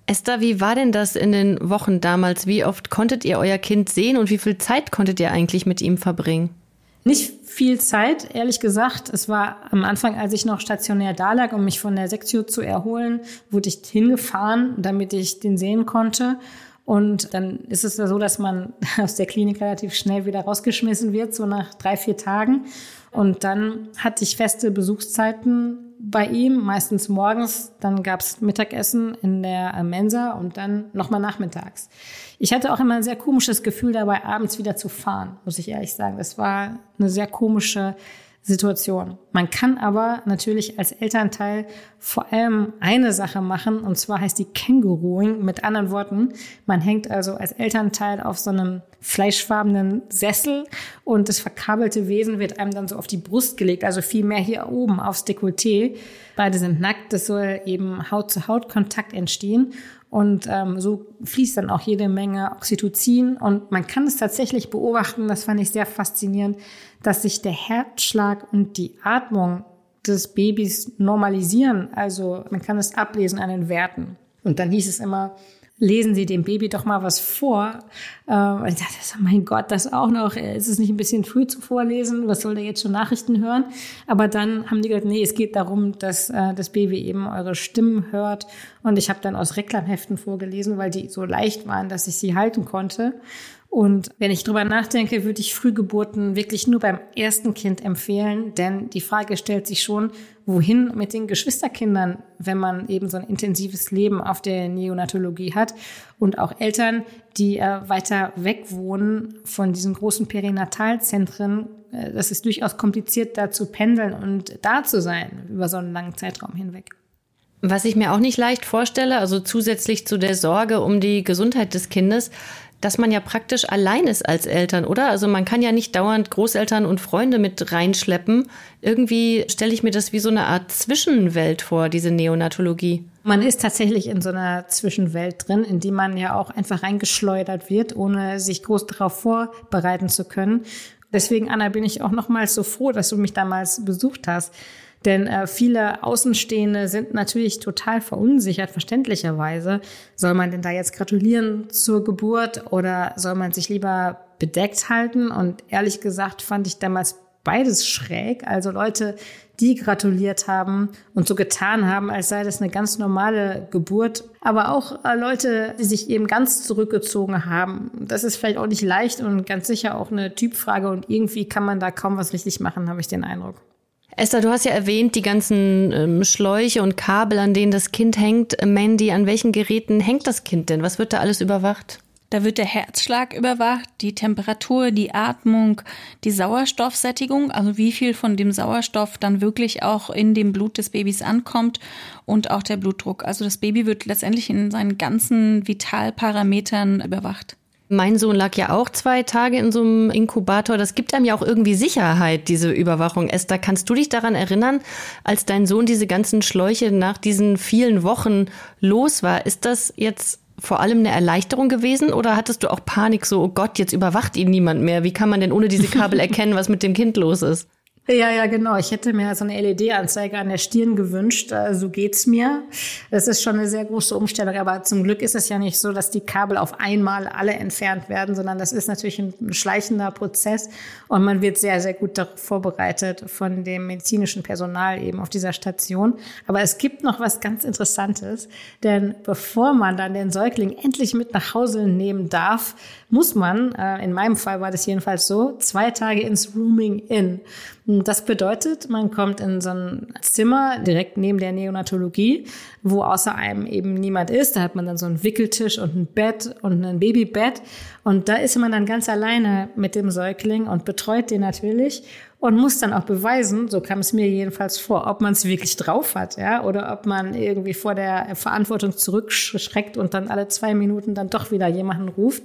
Esther, wie war denn das in den Wochen damals? Wie oft konntet ihr euer Kind sehen und wie viel Zeit konntet ihr eigentlich mit ihm verbringen? Nicht viel Zeit, ehrlich gesagt. Es war am Anfang, als ich noch stationär da lag, um mich von der Sektio zu erholen, wurde ich hingefahren, damit ich den sehen konnte. Und dann ist es ja so, dass man aus der Klinik relativ schnell wieder rausgeschmissen wird, so nach 3-4 Tagen. Und dann hatte ich feste Besuchszeiten bei ihm, meistens morgens. Dann gab's Mittagessen in der Mensa und dann nochmal nachmittags. Ich hatte auch immer ein sehr komisches Gefühl dabei, abends wieder zu fahren, muss ich ehrlich sagen. Das war eine sehr komische Situation. Man kann aber natürlich als Elternteil vor allem eine Sache machen, und zwar heißt die Kängurooing. Mit anderen Worten, man hängt also als Elternteil auf so einem fleischfarbenen Sessel und das verkabelte Wesen wird einem dann so auf die Brust gelegt, also viel mehr hier oben aufs Dekolleté. Beide sind nackt, das soll eben Haut-zu-Haut-Kontakt entstehen. Und so fließt dann auch jede Menge Oxytocin. Und man kann es tatsächlich beobachten, das fand ich sehr faszinierend, dass sich der Herzschlag und die Atmung des Babys normalisieren. Also man kann es ablesen an den Werten. Und dann hieß es immer, lesen Sie dem Baby doch mal was vor. Und ich dachte, mein Gott, das auch noch. Ist es nicht ein bisschen früh zu vorlesen? Was soll der jetzt schon Nachrichten hören? Aber dann haben die gesagt, nee, es geht darum, dass das Baby eben eure Stimmen hört. Und ich habe dann aus Reklamheften vorgelesen, weil die so leicht waren, dass ich sie halten konnte. Und wenn ich drüber nachdenke, würde ich Frühgeburten wirklich nur beim ersten Kind empfehlen, denn die Frage stellt sich schon, wohin mit den Geschwisterkindern, wenn man eben so ein intensives Leben auf der Neonatologie hat und auch Eltern, die weiter weg wohnen von diesen großen Perinatalzentren. Das ist durchaus kompliziert, da zu pendeln und da zu sein über so einen langen Zeitraum hinweg. Was ich mir auch nicht leicht vorstelle, also zusätzlich zu der Sorge um die Gesundheit des Kindes, dass man ja praktisch allein ist als Eltern, oder? Also man kann ja nicht dauernd Großeltern und Freunde mit reinschleppen. Irgendwie stelle ich mir das wie so eine Art Zwischenwelt vor, diese Neonatologie. Man ist tatsächlich in so einer Zwischenwelt drin, in die man ja auch einfach reingeschleudert wird, ohne sich groß darauf vorbereiten zu können. Deswegen, Anna, bin ich auch nochmals so froh, dass du mich damals besucht hast. Denn viele Außenstehende sind natürlich total verunsichert, verständlicherweise. Soll man denn da jetzt gratulieren zur Geburt oder soll man sich lieber bedeckt halten? Und ehrlich gesagt fand ich damals beides schräg. Also Leute, die gratuliert haben und so getan haben, als sei das eine ganz normale Geburt. Aber auch Leute, die sich eben ganz zurückgezogen haben. Das ist vielleicht auch nicht leicht und ganz sicher auch eine Typfrage. Und irgendwie kann man da kaum was richtig machen, habe ich den Eindruck. Esther, du hast ja erwähnt, die ganzen Schläuche und Kabel, an denen das Kind hängt. Mandy, an welchen Geräten hängt das Kind denn? Was wird da alles überwacht? Da wird der Herzschlag überwacht, die Temperatur, die Atmung, die Sauerstoffsättigung, also wie viel von dem Sauerstoff dann wirklich auch in dem Blut des Babys ankommt und auch der Blutdruck. Also das Baby wird letztendlich in seinen ganzen Vitalparametern überwacht. Mein Sohn lag ja auch 2 Tage in so einem Inkubator. Das gibt einem ja auch irgendwie Sicherheit, diese Überwachung. Esther, kannst du dich daran erinnern, als dein Sohn diese ganzen Schläuche nach diesen vielen Wochen los war? Ist das jetzt vor allem eine Erleichterung gewesen oder hattest du auch Panik, so, oh Gott, jetzt überwacht ihn niemand mehr? Wie kann man denn ohne diese Kabel erkennen, was mit dem Kind los ist? Ja, genau. Ich hätte mir so eine LED-Anzeige an der Stirn gewünscht. So geht's mir. Das ist schon eine sehr große Umstellung. Aber zum Glück ist es ja nicht so, dass die Kabel auf einmal alle entfernt werden, sondern das ist natürlich ein schleichender Prozess. Und man wird sehr, sehr gut darauf vorbereitet von dem medizinischen Personal eben auf dieser Station. Aber es gibt noch was ganz Interessantes. Denn bevor man dann den Säugling endlich mit nach Hause nehmen darf, muss man, in meinem Fall war das jedenfalls so, 2 Tage ins Rooming In. Das bedeutet, man kommt in so ein Zimmer direkt neben der Neonatologie, wo außer einem eben niemand ist. Da hat man dann so einen Wickeltisch und ein Bett und ein Babybett. Und da ist man dann ganz alleine mit dem Säugling und betreut den natürlich und muss dann auch beweisen, so kam es mir jedenfalls vor, ob man es wirklich drauf hat, ja, oder ob man irgendwie vor der Verantwortung zurückschreckt und dann alle 2 Minuten dann doch wieder jemanden ruft.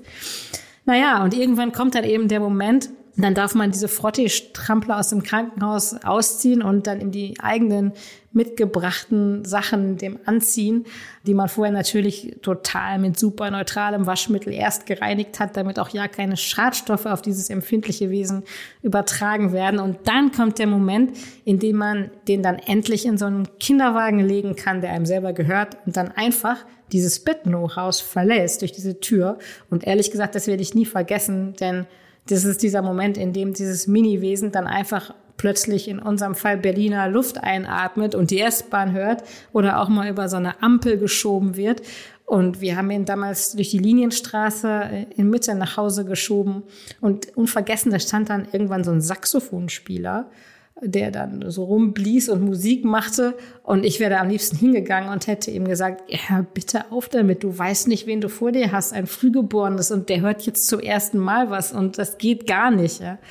Naja, und irgendwann kommt dann eben der Moment, dann darf man diese Frottee-Strampler aus dem Krankenhaus ausziehen und dann in die eigenen mitgebrachten Sachen dem anziehen, die man vorher natürlich total mit super neutralem Waschmittel erst gereinigt hat, damit auch ja keine Schadstoffe auf dieses empfindliche Wesen übertragen werden. Und dann kommt der Moment, in dem man den dann endlich in so einen Kinderwagen legen kann, der einem selber gehört und dann einfach dieses Bettenhochhaus verlässt durch diese Tür. Und ehrlich gesagt, das werde ich nie vergessen, denn das ist dieser Moment, in dem dieses Mini-Wesen dann einfach plötzlich in unserem Fall Berliner Luft einatmet und die S-Bahn hört oder auch mal über so eine Ampel geschoben wird. Und wir haben ihn damals durch die Linienstraße in Mitte nach Hause geschoben. Und unvergessen, da stand dann irgendwann so ein Saxophonspieler, der dann so rumblies und Musik machte. Und ich wäre da am liebsten hingegangen und hätte ihm gesagt, ja, bitte auf damit, du weißt nicht, wen du vor dir hast, ein Frühgeborenes und der hört jetzt zum ersten Mal was und das geht gar nicht. Ja.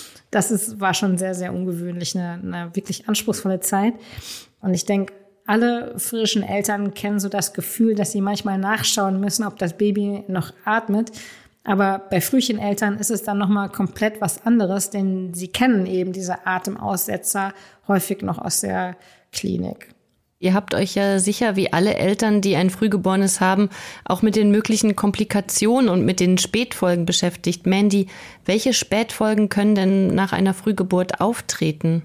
War schon sehr, sehr ungewöhnlich, eine wirklich anspruchsvolle Zeit. Und ich denke, alle frischen Eltern kennen so das Gefühl, dass sie manchmal nachschauen müssen, ob das Baby noch atmet. Aber bei Frühcheneltern ist es dann nochmal komplett was anderes, denn sie kennen eben diese Atemaussetzer häufig noch aus der Klinik. Ihr habt euch ja sicher, wie alle Eltern, die ein Frühgeborenes haben, auch mit den möglichen Komplikationen und mit den Spätfolgen beschäftigt. Mandy, welche Spätfolgen können denn nach einer Frühgeburt auftreten?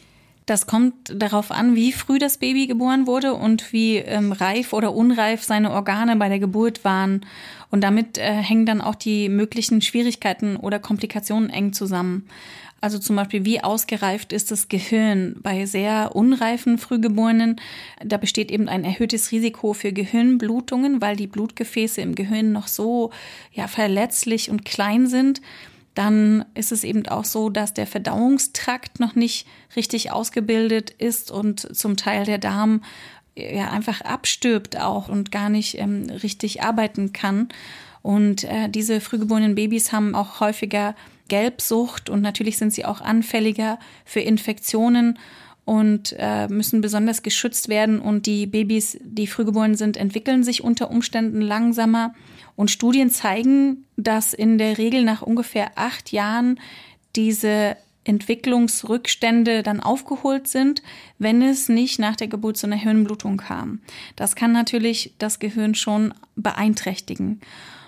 Das kommt darauf an, wie früh das Baby geboren wurde und wie reif oder unreif seine Organe bei der Geburt waren. Und damit hängen dann auch die möglichen Schwierigkeiten oder Komplikationen eng zusammen. Also zum Beispiel, wie ausgereift ist das Gehirn bei sehr unreifen Frühgeborenen? Da besteht eben ein erhöhtes Risiko für Gehirnblutungen, weil die Blutgefäße im Gehirn noch so verletzlich und klein sind. Dann ist es eben auch so, dass der Verdauungstrakt noch nicht richtig ausgebildet ist und zum Teil der Darm einfach abstirbt auch und gar nicht richtig arbeiten kann. Und diese frühgeborenen Babys haben auch häufiger Gelbsucht und natürlich sind sie auch anfälliger für Infektionen und müssen besonders geschützt werden. Und die Babys, die frühgeboren sind, entwickeln sich unter Umständen langsamer. Und Studien zeigen, dass in der Regel nach ungefähr 8 Jahren diese Entwicklungsrückstände dann aufgeholt sind, wenn es nicht nach der Geburt zu einer Hirnblutung kam. Das kann natürlich das Gehirn schon beeinträchtigen.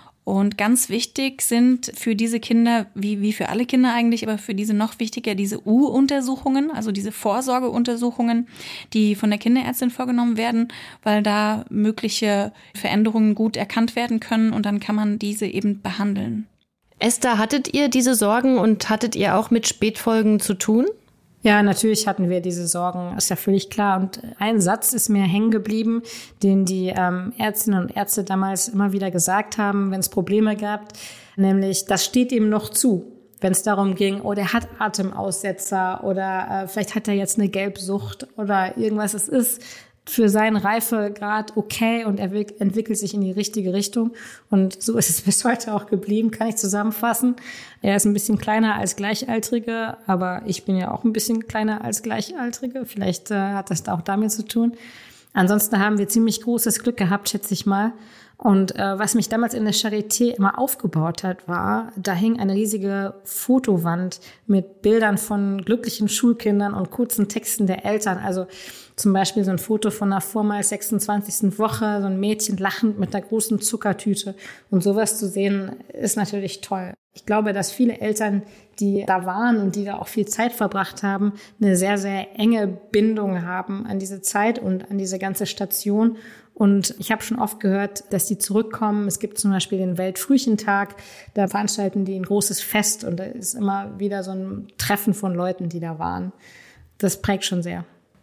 Und ganz wichtig sind für diese Kinder, wie für alle Kinder eigentlich, aber für diese noch wichtiger, diese U-Untersuchungen, also diese Vorsorgeuntersuchungen, die von der Kinderärztin vorgenommen werden, weil da mögliche Veränderungen gut erkannt werden können und dann kann man diese eben behandeln. Esther, hattet ihr diese Sorgen und hattet ihr auch mit Spätfolgen zu tun? Ja, natürlich hatten wir diese Sorgen, ist ja völlig klar. Und ein Satz ist mir hängen geblieben, den die Ärztinnen und Ärzte damals immer wieder gesagt haben, wenn es Probleme gab, nämlich, das steht ihm noch zu. Wenn es darum ging, der hat Atemaussetzer oder vielleicht hat er jetzt eine Gelbsucht oder irgendwas. Es ist für seinen Reifegrad okay und er entwickelt sich in die richtige Richtung. Und so ist es bis heute auch geblieben, kann ich zusammenfassen. Er ist ein bisschen kleiner als Gleichaltrige, aber ich bin ja auch ein bisschen kleiner als Gleichaltrige. Vielleicht hat das da auch damit zu tun. Ansonsten haben wir ziemlich großes Glück gehabt, schätze ich mal. Und was mich damals in der Charité immer aufgebaut hat, da hing eine riesige Fotowand mit Bildern von glücklichen Schulkindern und kurzen Texten der Eltern. Also zum Beispiel so ein Foto von einer vormals 26. Woche, so ein Mädchen lachend mit einer großen Zuckertüte. Und sowas zu sehen, ist natürlich toll. Ich glaube, dass viele Eltern, die da waren und die da auch viel Zeit verbracht haben, eine sehr, sehr enge Bindung haben an diese Zeit und an diese ganze Station. Und ich habe schon oft gehört, dass die zurückkommen. Es gibt zum Beispiel den Weltfrühchentag, da veranstalten die ein großes Fest und da ist immer wieder so ein Treffen von Leuten, die da waren. Das prägt schon sehr.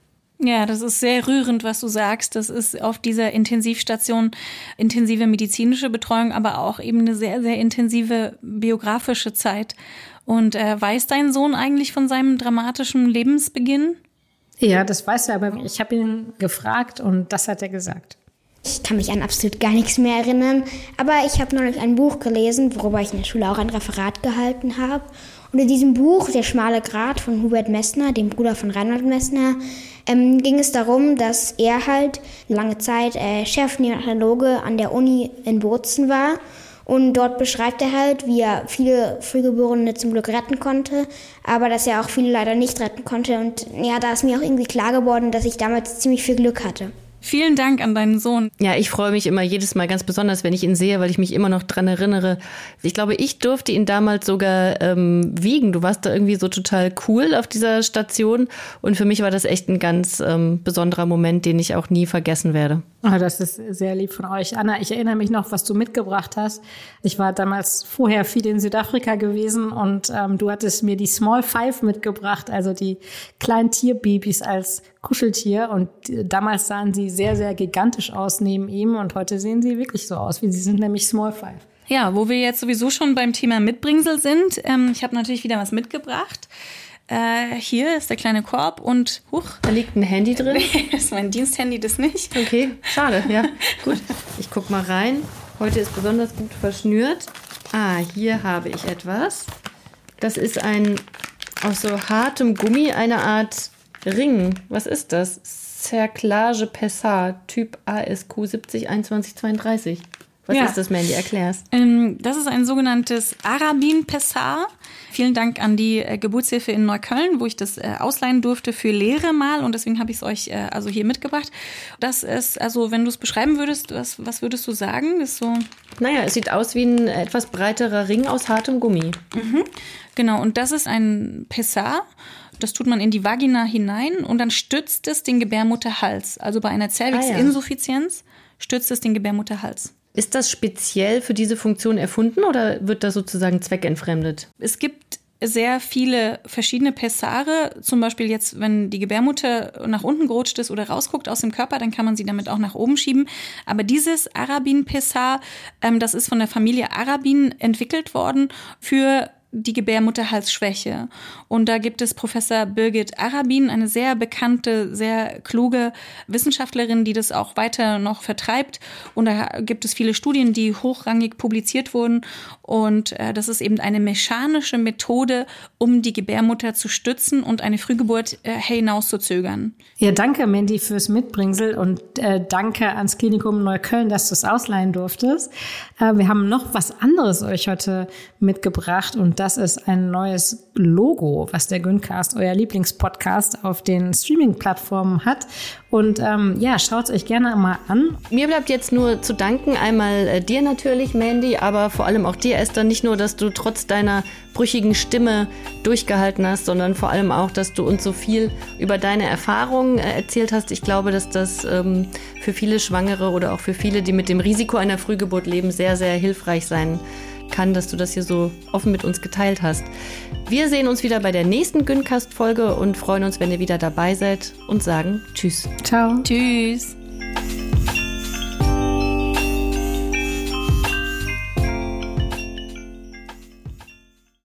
Ja, das ist sehr rührend, was du sagst. Das ist auf dieser Intensivstation intensive medizinische Betreuung, aber auch eben eine sehr, sehr intensive biografische Zeit. Und weiß dein Sohn eigentlich von seinem dramatischen Lebensbeginn? Ja, das weiß er, aber ich habe ihn gefragt und das hat er gesagt. Ich kann mich an absolut gar nichts mehr erinnern, aber ich habe neulich ein Buch gelesen, worüber ich in der Schule auch ein Referat gehalten habe. Und in diesem Buch, Der schmale Grat von Hubert Messner, dem Bruder von Reinhold Messner, ging es darum, dass er halt lange Zeit Chefneonatologe an der Uni in Bozen war. Und dort beschreibt er halt, wie er viele Frühgeborene zum Glück retten konnte, aber dass er auch viele leider nicht retten konnte. Und ja, da ist mir auch irgendwie klar geworden, dass ich damals ziemlich viel Glück hatte. Vielen Dank an deinen Sohn. Ja, ich freue mich immer jedes Mal ganz besonders, wenn ich ihn sehe, weil ich mich immer noch dran erinnere. Ich glaube, ich durfte ihn damals sogar wiegen. Du warst da irgendwie so total cool auf dieser Station. Und für mich war das echt ein ganz besonderer Moment, den ich auch nie vergessen werde. Oh, das ist sehr lieb von euch. Anna, ich erinnere mich noch, was du mitgebracht hast. Ich war damals vorher viel in Südafrika gewesen und du hattest mir die Small Five mitgebracht, also die kleinen Tierbabys als Kuscheltier. Und damals sahen sie sehr, sehr gigantisch aus neben ihm und heute sehen sie wirklich so aus, wie sie sind, nämlich Small Five. Ja, wo wir jetzt sowieso schon beim Thema Mitbringsel sind. Ich habe natürlich wieder was mitgebracht. Hier ist der kleine Korb und da liegt ein Handy drin. Das ist mein Diensthandy, das nicht. Okay, schade, ja. Gut, ich guck mal rein. Heute ist besonders gut verschnürt. Hier habe ich etwas. Das ist aus so hartem Gummi eine Art Ring. Was ist das? Cerclage Pessard, Typ ASQ 70 21 32. Was ist das, Mandy? Erklär's. Das ist ein sogenanntes Arabin-Pessard. Vielen Dank an die Geburtshilfe in Neukölln, wo ich das ausleihen durfte für Lehre mal. Und deswegen habe ich es euch also hier mitgebracht. Das ist, also wenn du es beschreiben würdest, was würdest du sagen? Das ist so. Naja, es sieht aus wie ein etwas breiterer Ring aus hartem Gummi. Mhm. Genau, und das ist ein Pessard. Das tut man in die Vagina hinein und dann stützt es den Gebärmutterhals. Also bei einer Zervixinsuffizienz stützt es den Gebärmutterhals. Ist das speziell für diese Funktion erfunden oder wird das sozusagen zweckentfremdet? Es gibt sehr viele verschiedene Pessare. Zum Beispiel jetzt, wenn die Gebärmutter nach unten gerutscht ist oder rausguckt aus dem Körper, dann kann man sie damit auch nach oben schieben. Aber dieses Arabin-Pessard, das ist von der Familie Arabin entwickelt worden für die Gebärmutterhalsschwäche. Und da gibt es Professor Birgit Arabin, eine sehr bekannte, sehr kluge Wissenschaftlerin, die das auch weiter noch vertreibt. Und da gibt es viele Studien, die hochrangig publiziert wurden. Und das ist eben eine mechanische Methode, um die Gebärmutter zu stützen und eine Frühgeburt hinauszuzögern. Ja, danke, Mandy, fürs Mitbringsel und danke ans Klinikum Neukölln, dass du es ausleihen durftest. Wir haben noch was anderes euch heute mitgebracht und das ist ein neues Logo, was der Gyncast, euer Lieblingspodcast, auf den Streaming-Plattformen hat. Und schaut es euch gerne mal an. Mir bleibt jetzt nur zu danken, einmal dir natürlich, Mandy, aber vor allem auch dir, Esther, nicht nur, dass du trotz deiner brüchigen Stimme durchgehalten hast, sondern vor allem auch, dass du uns so viel über deine Erfahrungen erzählt hast. Ich glaube, dass das für viele Schwangere oder auch für viele, die mit dem Risiko einer Frühgeburt leben, sehr, sehr hilfreich sein kann, dass du das hier so offen mit uns geteilt hast. Wir sehen uns wieder bei der nächsten Gyncast-Folge und freuen uns, wenn ihr wieder dabei seid und sagen Tschüss. Ciao. Tschüss.